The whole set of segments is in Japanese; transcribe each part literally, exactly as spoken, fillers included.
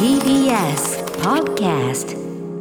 ティービーエス Podcast。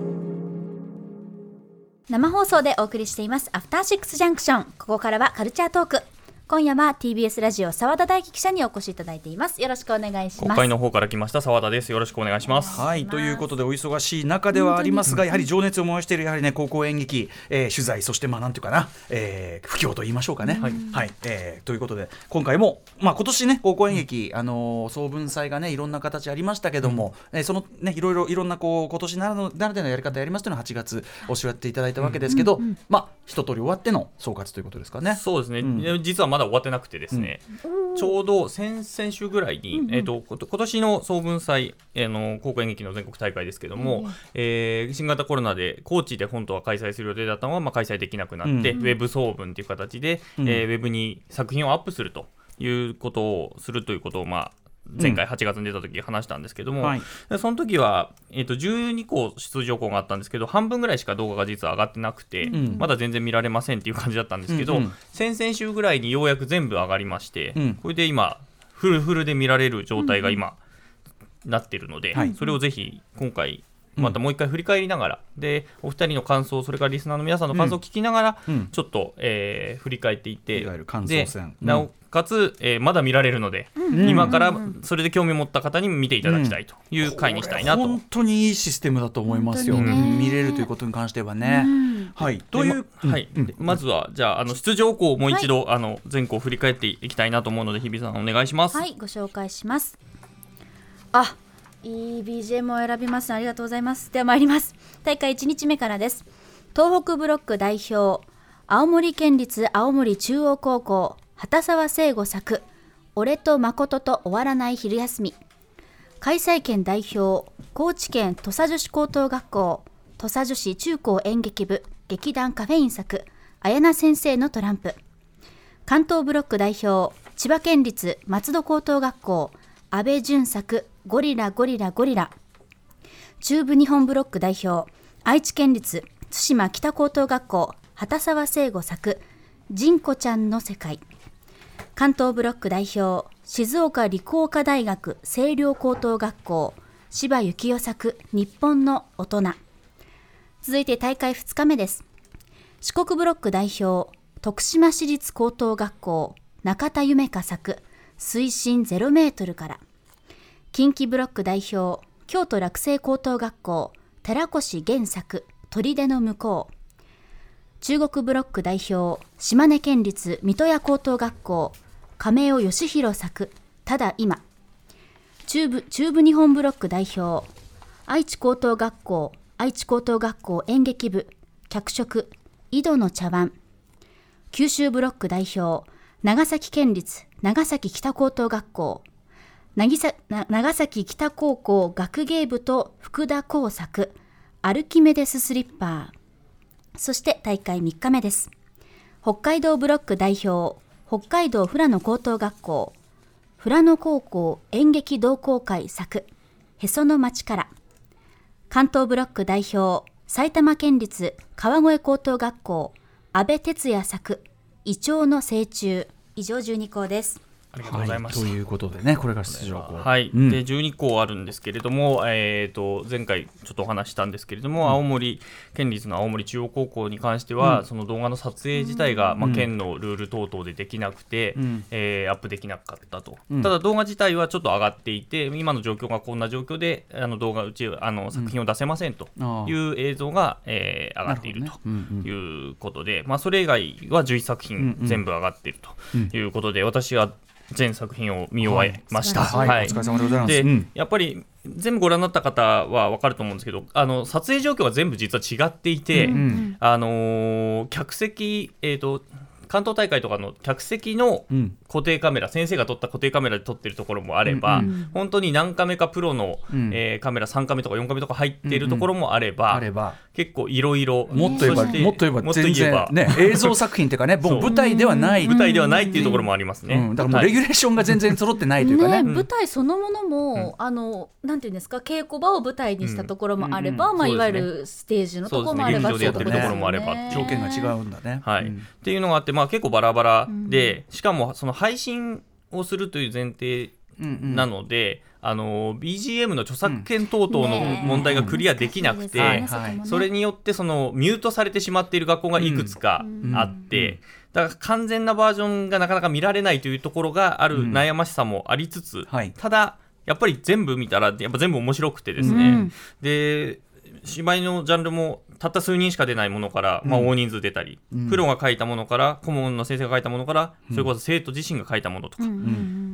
生放送でお送りしていますアフターシックスジャンクション。ここからはカルチャートーク。今夜は ティービーエス ラジオ澤田大樹記者にお越しいただいています。よろしくお願いします。 国会の方から来ました澤田です。よろしくお願いします。 はい、ということでお忙しい中ではありますが、やはり情熱を燃しているやはりね高校演劇、えー、取材、そしてまあなんていうかな、えー、不況と言いましょうかね、はいはい、えー、ということで今回も、まあ、今年ね高校演劇、あのー、総文祭がねいろんな形ありましたけども、うん、えー、そのねいろいろいろんなこう今年ならならでのやり方やりますというのははちがつおっしゃっていただいたわけですけど、うんうんうん、まあ一通り終わっての総括ということですかね。 そうですね、うん、実はまだ終わってなくてですね、うん、ちょうど先々週ぐらいに、うんうん、えー、と今年の総文祭、えー、の高校演劇の全国大会ですけども、うん、えー、新型コロナで高知で本当は開催する予定だったのは、まあ、開催できなくなって、うん、ウェブ総文という形で、うん、えー、ウェブに作品をアップするということをするということを、まあ前回はちがつに出た時話したんですけども、うん、はい、その時は、えー、とじゅうにこ出場校があったんですけど半分ぐらいしか動画が実は上がってなくて、うん、まだ全然見られませんっていう感じだったんですけど、うんうん、先々週ぐらいにようやく全部上がりまして、うん、これで今フルフルで見られる状態が今、うん、なっているので、はい、それをぜひ今回またもう一回振り返りながら、でお二人の感想、それからリスナーの皆さんの感想を聞きながら、うん、ちょっと、えー、振り返っていっていわゆる感想戦、でなおかつ、えー、まだ見られるので、うん、今からそれで興味を持った方に見ていただきたいという回にしたいなと、 うん、本当にいいシステムだと思いますよ、うん、見れるということに関してはね、うん、はい、という、 ま、はい、うん、まずはじゃあ、あの出場校をもう一度、はい、あの全校振り返っていきたいなと思うので日比さんお願いします。 はい、ご紹介します。あ、いい ビージーエム を選びます。ありがとうございます。では参ります。大会いちにちめからです。東北ブロック代表青森県立青森中央高校畑沢聖吾作俺と誠と終わらない昼休み。開催県代表高知県土佐女子高等学校土佐女子中高演劇部劇団カフェイン作綾菜先生のトランプ。関東ブロック代表千葉県立松戸高等学校安倍淳作ゴリラゴリラゴリラ。中部日本ブロック代表愛知県立津島北高等学校畑沢聖吾作ジンコちゃんの世界。関東ブロック代表静岡理工科大学清涼高等学校柴幸代作日本の大人。続いて大会ふつかめです。四国ブロック代表徳島市立高等学校中田夢香作水深ゼロメートルから。近畿ブロック代表京都落成高等学校寺越源作砦の向こう。中国ブロック代表島根県立水戸屋高等学校亀尾義弘作ただ今。中部、中部日本ブロック代表愛知高等学校愛知高等学校演劇部脚色井戸の茶碗。九州ブロック代表長崎県立長崎北高等学校長崎北高校学芸部と福田耕作アルキメデススリッパー。そして大会みっかめです。北海道ブロック代表北海道富良野高等学校富良野高校演劇同好会作へその町から。関東ブロック代表埼玉県立川越高等学校安倍哲也作イチョウの成虫。以上じゅうに校です。 ありがとうございます、 はい、ということでねこれが出場校、 はい、うん、でじゅうに校あるんですけれども、えー、と前回ちょっとお話したんですけれども、うん、青森県立の青森中央高校に関しては、うん、その動画の撮影自体が、うん、まあ、県のルール等々でできなくて、うん、えー、アップできなかったと、うん、ただ動画自体はちょっと上がっていて今の状況がこんな状況であの動画うちあの作品を出せませんという映像が、えー、上がっているということで、まあ、それ以外はじゅういっさく品全部上がっているということで、私は全作品を見終えました。 はいはい、お疲れ様でございます。で、うん、 やっぱり全部ご覧になった方は分かると思うんですけど、あの撮影状況が全部実は違っていて、うん、あのー、客席、えーと関東大会とかの客席の固定カメラ、うん、先生が撮った固定カメラで撮ってるところもあれば、うんうん、本当に何カメかプロの、うん、えー、カメラさんカメとかよんカメとか入っているところもあれば、うんうん、結構いろいろもっと言えばもっと言えば全然、ね、映像作品というかね舞台ではない舞台ではないっていうところもありますね、 うん、だからもうレギュレーションが全然揃ってないというかね、 ね、舞台そのものも、うん、あのなんていうんですか稽古場を舞台にしたところもあれば、うんうん、まあ、いわゆるステージのところもあれば、 そうですね、劇場でやってるところもあれば、 条件が違うんだね、 はい、うん、っていうのがあって、まあ、結構バラバラで、しかもその配信をするという前提なので、あの ビージーエム の著作権等々の問題がクリアできなくて、 ねそれによってそのミュートされてしまっている学校がいくつかあって、だから完全なバージョンがなかなか見られないというところがある悩ましさもありつつ、 うんはい、 ただやっぱり全部見たらやっぱ全部面白くてですね、うん、で芝居のジャンルもたった数人しか出ないものから、まあ、大人数出たり、うん、プロが書いたものから顧問の先生が書いたものからそれこそ生徒自身が書いたものとか、うん、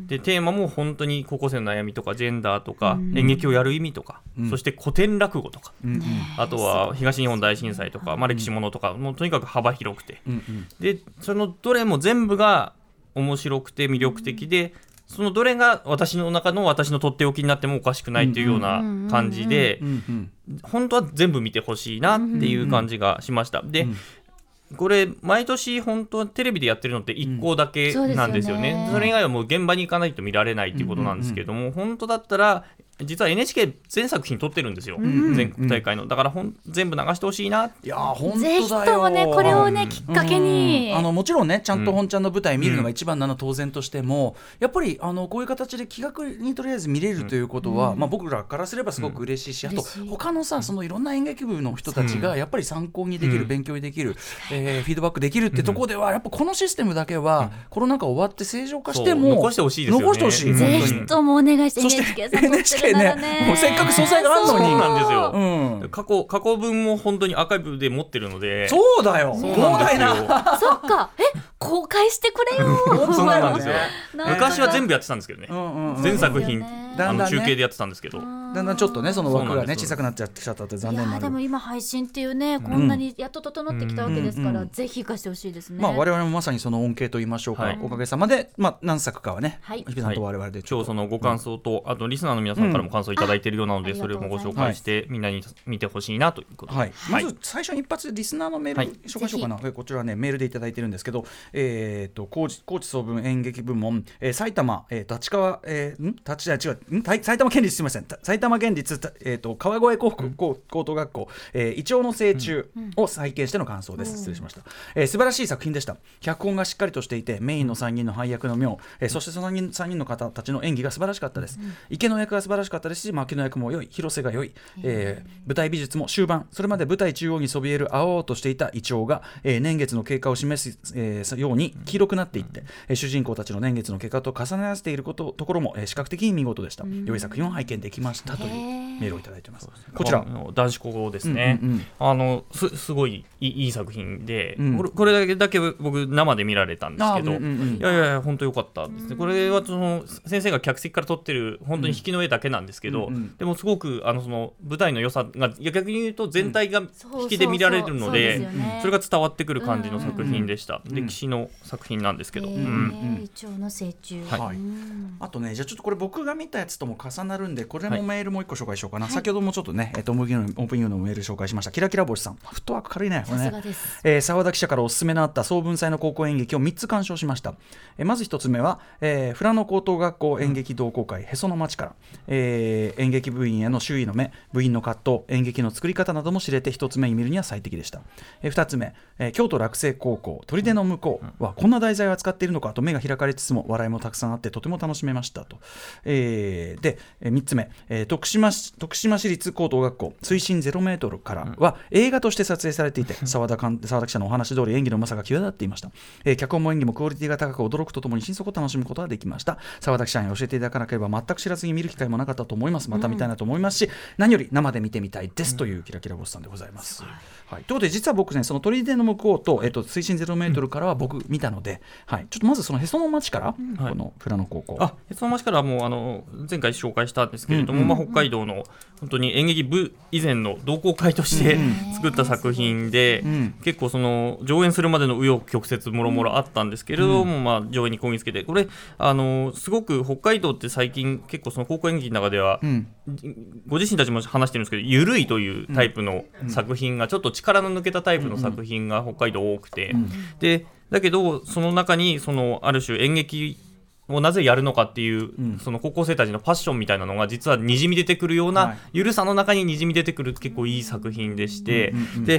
でテーマも本当に高校生の悩みとかジェンダーとか、うん、演劇をやる意味とか、うん、そして古典落語とか、うん、あとは東日本大震災とか、まあ、歴史ものとかもうとにかく幅広くて、うん、でそのどれも全部が面白くて魅力的で、そのどれが私の中の私のとっておきになってもおかしくないというような感じで、本当は全部見てほしいなっていう感じがしました。で、これ毎年本当はテレビでやってるのっていっこだけなんですよね。うん、そ, それ以外はもう現場に行かないと見られないということなんですけども、うんうんうん、本当だったら実は エヌエイチケー 全作品撮ってるんですよ、うん、全国大会の。だからほん全部流してほしいな。 いや本当だよ。ぜひともねこれをねきっかけに、 うん、あのもちろんねちゃんと本ちゃんの舞台見るのが一番なの当然としても、うん、やっぱりあのこういう形で気楽にとりあえず見れるということは、うんまあ、僕らからすればすごく嬉しいし、うん、あと他のさそのいろんな演劇部の人たちがやっぱり参考にできる、うん、勉強にできる、えー、フィードバックできるってところではやっぱこのシステムだけは、うん、コロナ禍終わって正常化しても残してほしいですよね。 残してほしい。 ぜひともお願いして、 そしてエヌエイチケー さん撮ってるならね、 もうせっかく素材があるのに。 そうなんですよ、 うん、 過去過去分も本当にアーカイブで持ってるので。 そうだよ。 そうなんですよ。 そっかえ公開してくれよ。 そうなんですよ。昔は全部やってたんですけどね、うんうん、全作品、ね、あの中継でやってたんですけど、 だんだんちょっとねその枠がね小さくなっちゃってきちゃったって残念なる。 いやでも今配信っていうねこんなにやっと整ってきたわけですから、うん、ぜひ活かしてほしいですね。 まあ、我々もまさにその恩恵と言いましょうか、はい、おかげさまで、まあ、何作かはね、はい、日比さんと我々で今日そのご感想と、うん、あとリスナーの皆さんからも感想いただいているようなので、うん、それをご紹介して、はい、みんなに見てほしいなということで、はいはい、まず最初に一発リスナーのメール紹介しようかな、はい、こちらはねメールでいただいてるんですけど、えー、と高知高知総分演劇部門、えー、埼玉、えー、立川、えー、ん立違う違う埼玉県立すみません埼玉県立、えー、と川越高校、うん、高等学校、えー、イチョウの成虫を再建しての感想です、うん、失礼しました、えー、素晴らしい作品でした。脚本がしっかりとしていてメインのさんにんの配役の妙、えー、そしてそのさんにん、さんにんの方たちの演技が素晴らしかったです、うん、池の役が素晴らしかったですし牧野役も良い、広瀬が良い、えー、舞台美術も終盤それまで舞台中央にそびえる青々としていたイチョウが、えー、年月の経過を示す、えー、ように黄色くなっていって、えー、主人公たちの年月の経過と重ね合わせていることところも、えー、視覚的に見事でした、うん、良い作品を拝見できましたというメールをいただいています。こちら男子校ですね、うんうんうん、あの す, すごいい い, いい作品で、うん、こ, れこれだけだけ僕生で見られたんですけど、うんうんうん、いやいや本当良かったですね。これはその先生が客席から撮ってる本当に引きの絵だけなんですけど、うんうん、でもすごくあのその舞台の良さが逆に言うと全体が引きで見られるので、それが伝わってくる感じの作品でした、うんうんうん、歴史の作品なんですけど、 えーうん、イチョウの成虫、 はい、あとねじゃあちょっとこれ僕が見たやつとも重なるんでこれもメールもう一個紹介しようかな、はい、先ほどもちょっとね、えっと、オープンユーのメール紹介しましたキラキラ星さん、フットワーク軽いねこれね、えー、沢田記者からおすすめのあった総文祭の高校演劇をみっつ鑑賞しました、えー、まずひとつめは、えー、富良野高等学校演劇同好会、うん、へその町から、えー、演劇部員への周囲の目、部員の葛藤、演劇の作り方なども知れてひとつめに見るには最適でした、えー、ふたつめ、えー、京都落成高校砦の向こうはこんな題材を扱っているのかと目が開かれつつも笑いもたくさんあってとても楽しめましたと、えー、で、えー、みっつめ、えー、徳島市徳島市立高等学校水深ゼロメートルからは映画として撮影されていて澤田監澤田記者のお話通り演技のうまさが際立っていました、えー、脚本も演技もクオリティが高く驚くとともに新速を楽しむことができました。澤田記者に教えていただかなければ全く知らずに見る機会もなかったと思います。また見たいなと思いますし、うん、何より生で見てみたいですというキラキラボスさんでございます、うんはい、ということで実は僕ねその砦の向こうと、えっと、水深ゼロメートルからは僕見たので、はい、ちょっとまずそのへその町から、うん、この富良野高校、 あへその町からはもうあの前回紹介したんですけれども、うんうんまあ、北海道の本当に演劇部以前の同好会として作った作品で、うん、結構その上演するまでの紆余曲折もろもろあったんですけれども、うんまあ、上演にこぎつけてこれあのすごく北海道って最近結構その高校演劇の中では、うん、ご自身たちも話してるんですけど緩いというタイプの作品がちょっと力の抜けたタイプの作品が北海道多くて、うん、でだけどその中にそのある種演劇をなぜやるのかっていう、うん、その高校生たちのパッションみたいなのが実はにじみ出てくるような、はい、ゆるさの中ににじみ出てくる結構いい作品でして、うんうんうん、で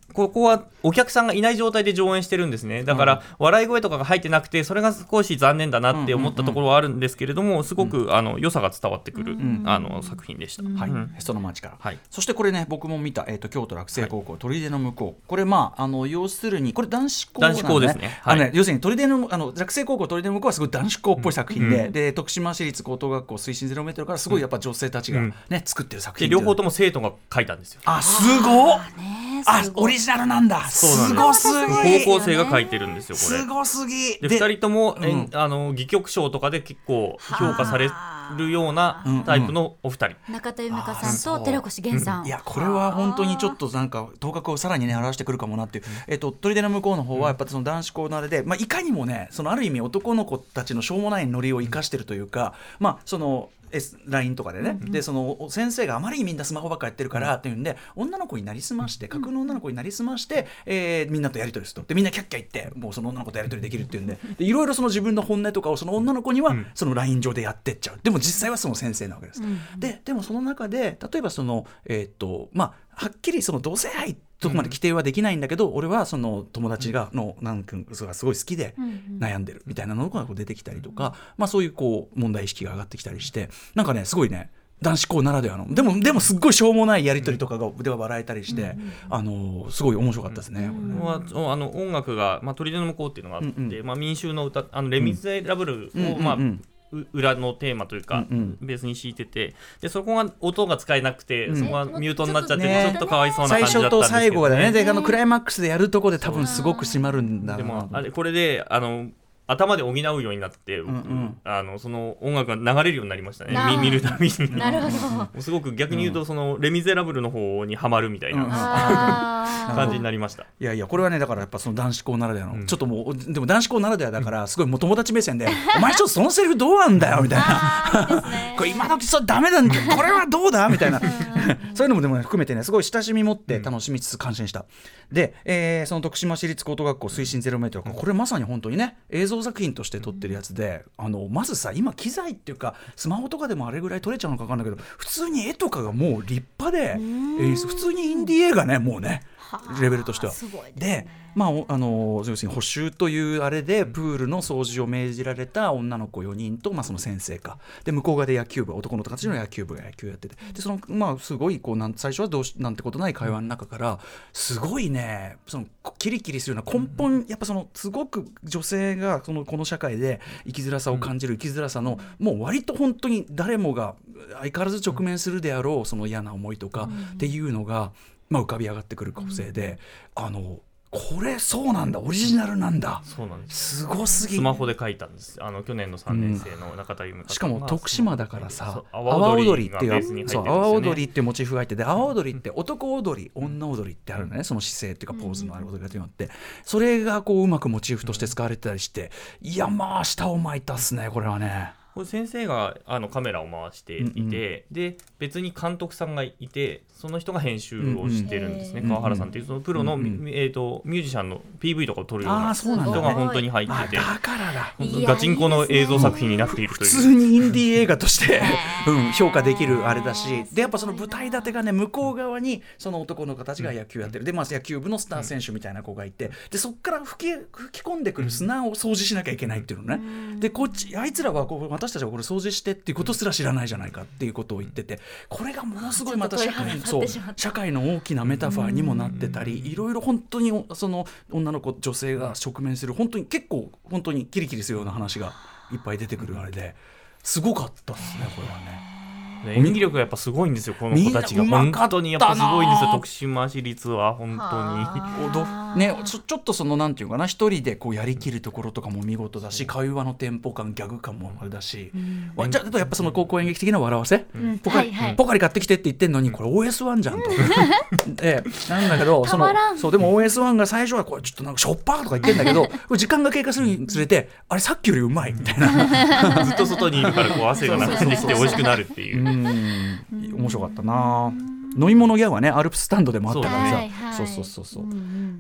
ここはお客さんがいない状態で上演してるんですね。だから笑い声とかが入ってなくてそれが少し残念だなって思ったところはあるんですけれども、すごくあの良さが伝わってくる、うん、あの作品でした、 はい、 うん、 へその町から、 はい、 そしてこれね僕も見た、えー、と京都落成高校、はい、砦の向こう、これまああの要するにこれ男子校なんですね、男子校ですね、はい、 あのね要するに砦のあの落成高校砦の向こうはすごい男子校っぽい作品で、うん、で徳島市立高等学校推進ゼロメートルからすごいやっぱ女性たちがね、うん、作ってる作品で両方とも生徒が書いたんですよ。 あすごっ、あオリジナルなんだ、すごすぎ、 高校生が書いてるんですよこれ。 すごすぎでふたりとも、うん、あの戯曲賞とかで結構評価されるようなタイプのお二人、 うんうん、中田由美香さんと寺越源さん、 うん、いやこれは本当にちょっとなんか頭角をさらにね表してくるかもなっていう、えっと砦の向こうの方はやっぱその男子校のあれで、まあ、いかにもねそのある意味男の子たちのしょうもないノリを生かしてるというか、まあそのライン とかでね、うんうん、でその先生があまりにみんなスマホばっかやってるからっていうんで、女の子になりすまして架空の女の子になりすまして、えー、みんなとやり取りすると、でみんなキャッキャ言ってもうその女の子とやり取りできるっていうんで、でいろいろその自分の本音とかをその女の子にはその ライン 上でやってっちゃう。でも実際はその先生なわけです、うん、で, でもその中で例えばそのえー、っとまあはっきりその同性愛とこまで規定はできないんだけど、うん、俺はその友達がのなんかすごい好きで悩んでるみたいなのが出てきたりとか、うん、まあ、そういうこう問題意識が上がってきたりして、なんかねすごいね男子校ならではのでもでもすっごいしょうもないやり取りとかがでは笑えたりして、うん、あのすごい面白かったですね。 うん、これはあの音楽が、まあ、砦の向こうっていうのがあって、うんうん、まあ、民衆の歌あのレ・ミゼラブルを、まあ、うんうんうん裏のテーマというか、うんうん、ベースに敷いてて、でそこが音が使えなくて、うん、そこがミュートになっちゃって、ね、ちょっとかわいそうな感じだったんですけど、ね、 最初と最後がね、であのクライマックスでやるとこで多分すごく締まるんだな。 でもあれこれであの頭で補うようになって、うんうん、あのその音楽が流れるようになりましたね。見るたびになるほどすごく逆に言うと、そのレ・ミゼラブルの方にはまるみたいな、うん、感じになりました。 いやいやこれはねだからやっぱその男子校ならではの、うん、ちょっともうでも男子校ならではだからすごいもう友達目線でお前ちょっとそのセリフどうなんだよみたいなこれ今時それダメだこれはどうだみたいなそういうのもでも、ね、含めてねすごい親しみ持って楽しみつつ感心した。で、えー、その徳島市立高等学校推進ゼロメートル、これまさに本当にね映像作品として撮ってるやつで、あのまずさ今機材っていうかスマホとかでもあれぐらい撮れちゃうのか分かんないけど、普通に絵とかがもう立派で、えー、普通にインディー映画ねもうねレベルとしては。で, でまああの要するに補習というあれでプールの掃除を命じられた女の子よにんと、まあ、その先生かで向こう側で野球部男の子たちの野球部が野球やってて、でそのまあすごいこうなん最初はどうしなんてことない会話の中からすごいねそのキリキリするような根本やっぱそのすごく女性がそのこの社会で生きづらさを感じる生きづらさのもう割と本当に誰もが相変わらず直面するであろうその嫌な思いとかっていうのがまあ、浮かび上がってくる構成で、うん、あのこれそうなんだオリジナルなんだ、 そうなんです、 すごすぎ。 スマホで書いたんです。あの去年のさんねん生の中田由美香さんが、 しかも徳島だからさ阿波踊りっていう阿波踊りってモチーフが入ってて、阿波踊りって男踊り女踊りってあるのね、その姿勢っていうかポーズのある踊りがあって、それがこううまくモチーフとして使われてたりして、いやまあ舌を巻いたっすねこれはね。 これ先生があのカメラを回していて、うんうん、で別に監督さんがいてその人が編集をしてるんですね、うんうん、川原さんっていうそのプロの、うんうん、えーと、ミュージシャンの ピーブイ とかを撮るような人が本当に入ってて、 だからだガチンコの映像作品になっているという、 普通にインディー映画として、うん、評価できるあれだし、でやっぱその舞台立てがね向こう側にその男の子たちが野球やってる、で、まあ、野球部のスター選手みたいな子がいて、でそっから吹き、吹き込んでくる砂を掃除しなきゃいけないっていうのね、でこっちあいつらはこう私たちはこれ掃除してっていうことすら知らないじゃないかっていうことを言ってて、これがものすごいまた社会のそう社会の大きなメタファーにもなってたり、いろいろ本当にその女の子女性が直面する本当に結構本当にキリキリするような話がいっぱい出てくるあれですごかったですねこれはね。 演技力がやっぱすごいんですよこの子たちが。本当にやっぱすごいんですよ徳島市立は本当にね、ちょ、ちょっとそのなんていうかな一人でこうやりきるところとかも見事だし、会話のテンポ感ギャグ感もあれだし、うん、じゃあやっぱその高校演劇的な笑わせ、うん、ポカリ、はいはい、ポカリ買ってきてって言ってんのにこれ オーエスワン じゃんとでなんだけどそのそうでも オーエスワン が最初はこれちょっとなんかしょっぱーとか言ってんだけど時間が経過するにつれてあれさっきよりうまいみたいなずっと外にいるからこう汗が流れてきて美味しくなるっていう、 うん面白かったな。飲み物ギャグはねアルプススタンドでもあったからさ、はいはい、そうそうそうそう、うんうん、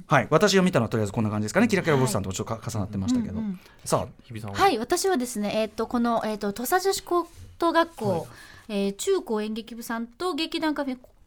はい、私が見たのはとりあえずこんな感じですかね。キラキラボスさんとちょっと重なってましたけど、はい、さあ日比さんは。はい、私はですね、えー、とこの、えー、と土佐女子高等学校、はい、えー、中高演劇部さんと劇団カフェ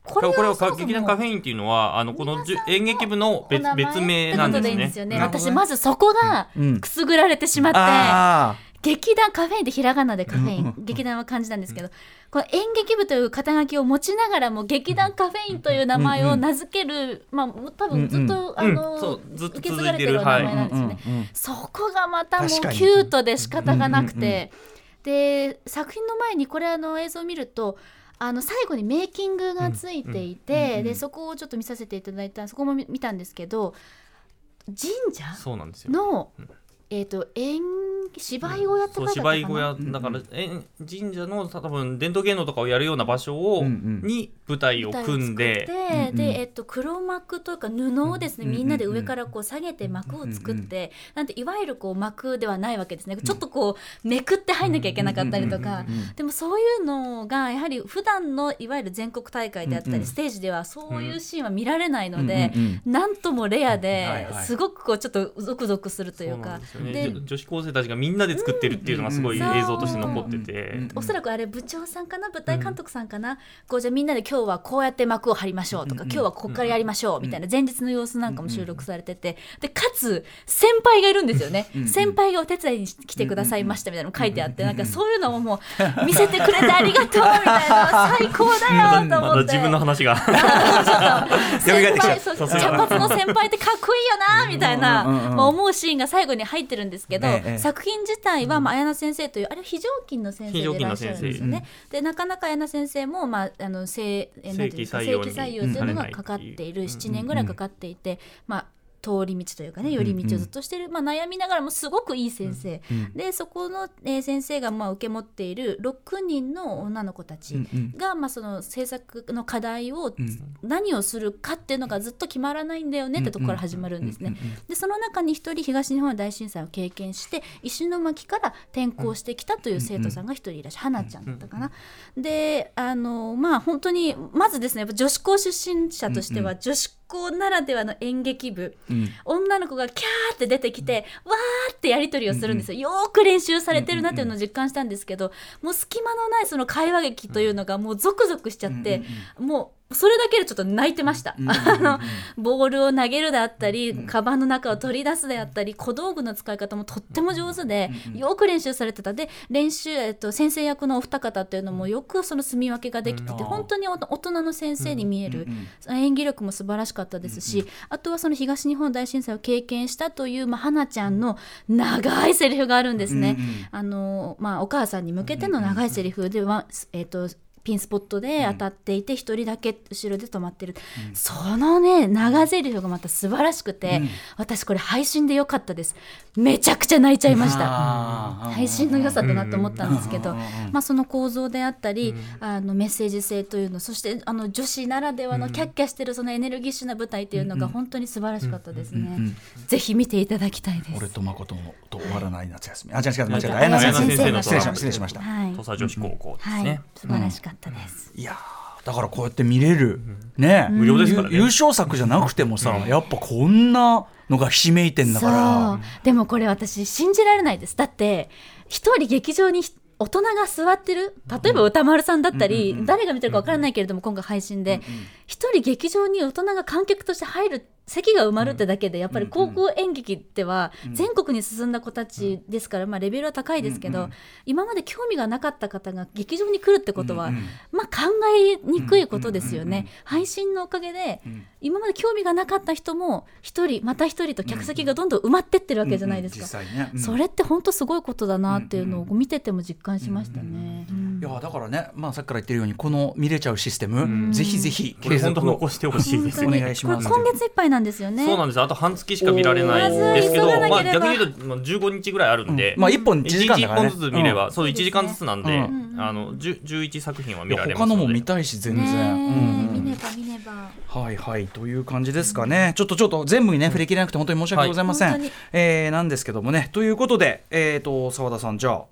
これはこれはそもそも劇団カフェインっていうのはあのこのじゅ演劇部の別別名なんですね。 ってことでいいんですよね。 なるほどね私まずそこがくすぐられてしまって、 あ劇団カフェインってひらがなでカフェイン、 うんうん劇団は漢字なんですけど、この演劇部という肩書きを持ちながらも劇団カフェインという名前を名付ける、まあ多分ずっと、 うんうんあの、 うんそうずっと受け継がれてるお名前なんですよね、 うんうんうんそこがまたもう確かにキュートで仕方がなくて、で作品の前にこれあの映像を見るとあの最後にメイキングがついていて、 うんうんうんでそこをちょっと見させていただいたそこも見見たんですけど、神社そうなんですよ。 の、 うんえー、と演芝居小屋って書いてあったかな、 そう芝居小屋だから、え神社の多分伝統芸能とかをやるような場所を、 うんうんに舞台を組んで、 舞台を作ってうんうんで、えっと、黒幕というか布をですね、 うんうんみんなで上からこう下げて幕を作って、なんていわゆるこう幕ではないわけですね。ちょっとこうめくって入んなきゃいけなかったりとか、でもそういうのがやはり普段のいわゆる全国大会であったり、 うんうんステージではそういうシーンは見られないので、 うんうんうんなんともレアで、 はいはいすごくこうちょっとゾクゾクするというそうなかんですよね。 でじょ女子高生たちがみんなで作ってるっていうのがすごい映像として残ってて、 おそらくあれ部長さんかな舞台監督さんかな、こうじゃあみんなで今日はこうやって幕を張りましょうとか、今日はここからやりましょうみたいな前日の様子なんかも収録されてて、でかつ先輩がいるんですよね、先輩がお手伝いに来てくださいましたみたいなの書いてあって、なんかそういうのももう見せてくれてありがとうみたいな最高だよと思ってまだ自分の話が先輩そうさすが茶髪の先輩ってかっこいいよなみたいな、 うんうんうんまあ、思うシーンが最後に入ってるんですけど、 ええ作品自体は、まあ、綾菜先生というあれ非常勤の先生でいらっしゃるんですよね。でなかなか綾菜先生も、まあ、あの正えなんていうんですか正規採用に正規採用というのがかかっている、 うんななねんぐらいかかっていて、まあ通り道というかね寄り道をずっとしてる、まあ、悩みながらもすごくいい先生、でそこの、えー先生がまあ受け持っているろくにんの女の子たちが、まあ、その制作の課題を何をするかっていうのがずっと決まらないんだよねってところから始まるんですね。でその中に一人東日本大震災を経験して石巻から転校してきたという生徒さんが一人いらっしゃる、花ちゃんだったかな。であのまあ本当にまずですねやっぱ女子校出身者としては、女子校ならではの演劇部、うん、女の子がキャーって出てきて、うん、わーってやり取りをするんですよ、うん、よーく練習されてるなっていうのを実感したんですけど、もう隙間のないその会話劇というのがもうゾクゾクしちゃって、うん、もうそれだけでちょっと泣いてました、うん、あのボールを投げるであったり、うん、カバンの中を取り出すであったり小道具の使い方もとっても上手で、うん、よく練習されてた。で練習、えっと、先生役のお二方っていうのもよくその住み分けができてて、うん、本当に大人の先生に見える、うん、演技力も素晴らしかったですし、うん、あとはその東日本大震災を経験したという、まあ、花ちゃんの長いセリフがあるんですね、うん、あのまあ、お母さんに向けての長いセリフでは、えっとピンスポットで当たっていて一、うん、人だけ後ろで止まってる、うん、そのね長ゼリフがまた素晴らしくて、うん、私これ配信で良かったです。めちゃくちゃ泣いちゃいました。配信の良さだなと思ったんですけど、まあ、その構造であったり、うん、あのメッセージ性というの、そしてあの女子ならではのキャッキャしてるそのエネルギッシュな舞台というのが本当に素晴らしかったですね、うんうんうん、ぜひ見ていただきたいです。 俺と誠と終わらない夏休み、あ、違う違う間違えた、綾菜先生の失礼しま失礼しました、 はい、 土佐女子高校ですね、 はい、素晴らしかったです、 うん、いやだからこうやって見れる、ね、 無料ですからね。 優勝作じゃなくてもさ、やっぱこんなのがひしめいてんだから。 でもこれ私信じられないです。だって一人劇場に大人が座ってる、例えば歌丸さんだったり、うんうん、誰が見てるか分からないけれども、今回配信で一、うんうん、人劇場に大人が観客として入る、席が埋まるってだけでやっぱり高校演劇っては全国に進んだ子たちですから、まあ、レベルは高いですけど、今まで興味がなかった方が劇場に来るってことは、まあ、考えにくいことですよね。配信のおかげで今まで興味がなかった人も一人また一人と客席がどんどん埋まってってるわけじゃないですか。それって本当すごいことだなっていうのを見てても実感しましたね。 いやだからね、まあ、さっきから言ってるようにこの見れちゃうシステム、ぜひぜひ継続を残してほしいです。 お願いします。 今月いっぱいなんですよね。 そうなんです。あと半月しか見られないんですけど、まあ、逆に言うとじゅうごにちぐらいあるんで、 うん、まあ、いっぽんいちじかんだからね、 いちいっぽんずつ見れば、うん、そういちじかんずつなんで、 うんうん、あのじゅういちさく品は見られますので、 他のも見たいし全然、 ね、うん、見ねば見ねば、 はいはいという感じですかね、うん、ちょっとちょっと全部にね触れきれなくて本当に申し訳ございません、はい、えー、なんですけどもね、ということで、えーと澤田さん、じゃあ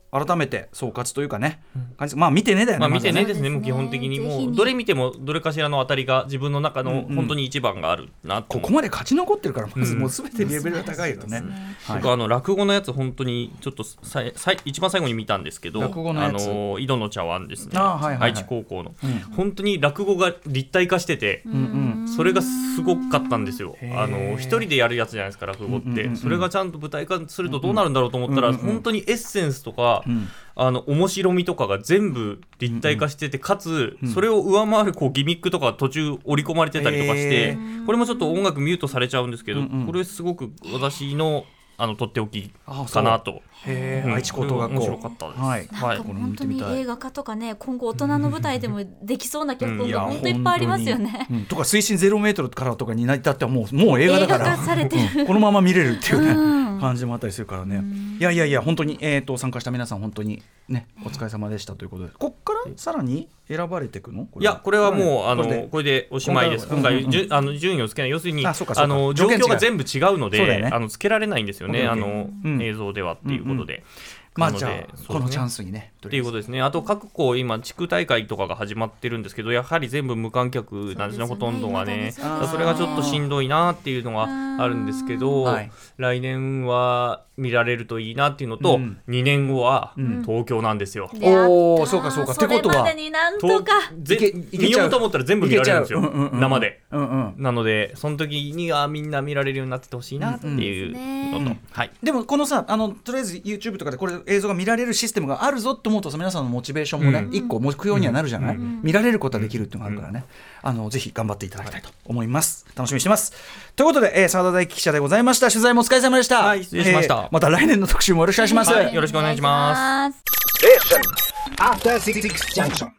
改めて総括というかね、感じまあ見てねだよね、 まあ、見てねまずはですね、もう基本的にもぜひにうどれ見てもどれかしらの当たりが自分の中の本当に一番があるなと思う。 ここまで勝ち残ってるからまずうんもう全てレベルが高いよね、はい僕はあの落語のやつ本当にちょっとさいさい一番最後に見たんですけど、 落語のやつあの井戸の茶碗ですね、 あーはいはいはい愛知高校の、本当に落語が立体化してて、 うんうんそれがすごかったんですよ。 へーあの一人でやるやつじゃないですか落語って、 うんうんうんうんそれがちゃんと舞台化するとどうなるんだろうと思ったら、 うんうんうん本当にエッセンスとか、 うんあの面白みとかが全部立体化してて、かつそれを上回るこうギミックとか途中織り込まれてたりとかして、 へこれもちょっと音楽ミュートされちゃうんですけど、 うんうんこれすごく私のあのとっておきあかなと。うんへー愛知高等学校面白かったです。 はいなんかもう本当に映画化とかね、今後大人の舞台でもできそうな脚本が本当いっぱいありますよね。 うん、とか水深ゼロメートルからとかになりたってはもうもう映画だから映画化されてるうんこのまま見れるっていうね、 うん感じもあったりするからね。いやいやいや本当に、えー、と参加した皆さん本当にねお疲れ様でしたということで、こっからさらに選ばれていくの？これいやこれはもう、あのこれでこれでおしまいです。 今回は今回、じゅあの順位をつけない、要するにあそうかそうかあの状条件違う況が全部違うので、 そうだよねあのつけられないんですよね、あ OK の、 うん映像ではっていうことで。 まあなのでじゃあ、 そうですねこのチャンスにねっていうことですね。あと各校今地区大会とかが始まってるんですけど、やはり全部無観客なんですね、 そうですよねほとんどがね。 未だにそうですねそれがちょっとしんどいなっていうのがあるんですけど、 はい来年は見られるといいなっていうのと、 うんにねんごはん東京なんですよ。 でやったおーそうかそうかってことはそれまでになんと東かぜいけいけ見ちゃうようと思ったら全部見られるんですよ、 いけちゃううんうんうん生で。 うんうんなのでその時にはみんな見られるようになっててほしいなっていうのと、 うんうんはい。 でもこのさあのとりあえず YouTube とかでこれ映像が見られるシステムがあるぞと思うと皆さんのモチベーションもね、 うん一個目標にはなるじゃない、見られることはできるっていうのがあるからね、あのぜひ頑張っていただきたいと思います、楽しみにしてますということで、えー、澤田大樹記者でございました。取材もお疲れ様でした。 はい失礼しましたえーまた来年の特集もよろしくお願いします、 はいよろしくお願いします。 お願いします。 After Six Junction.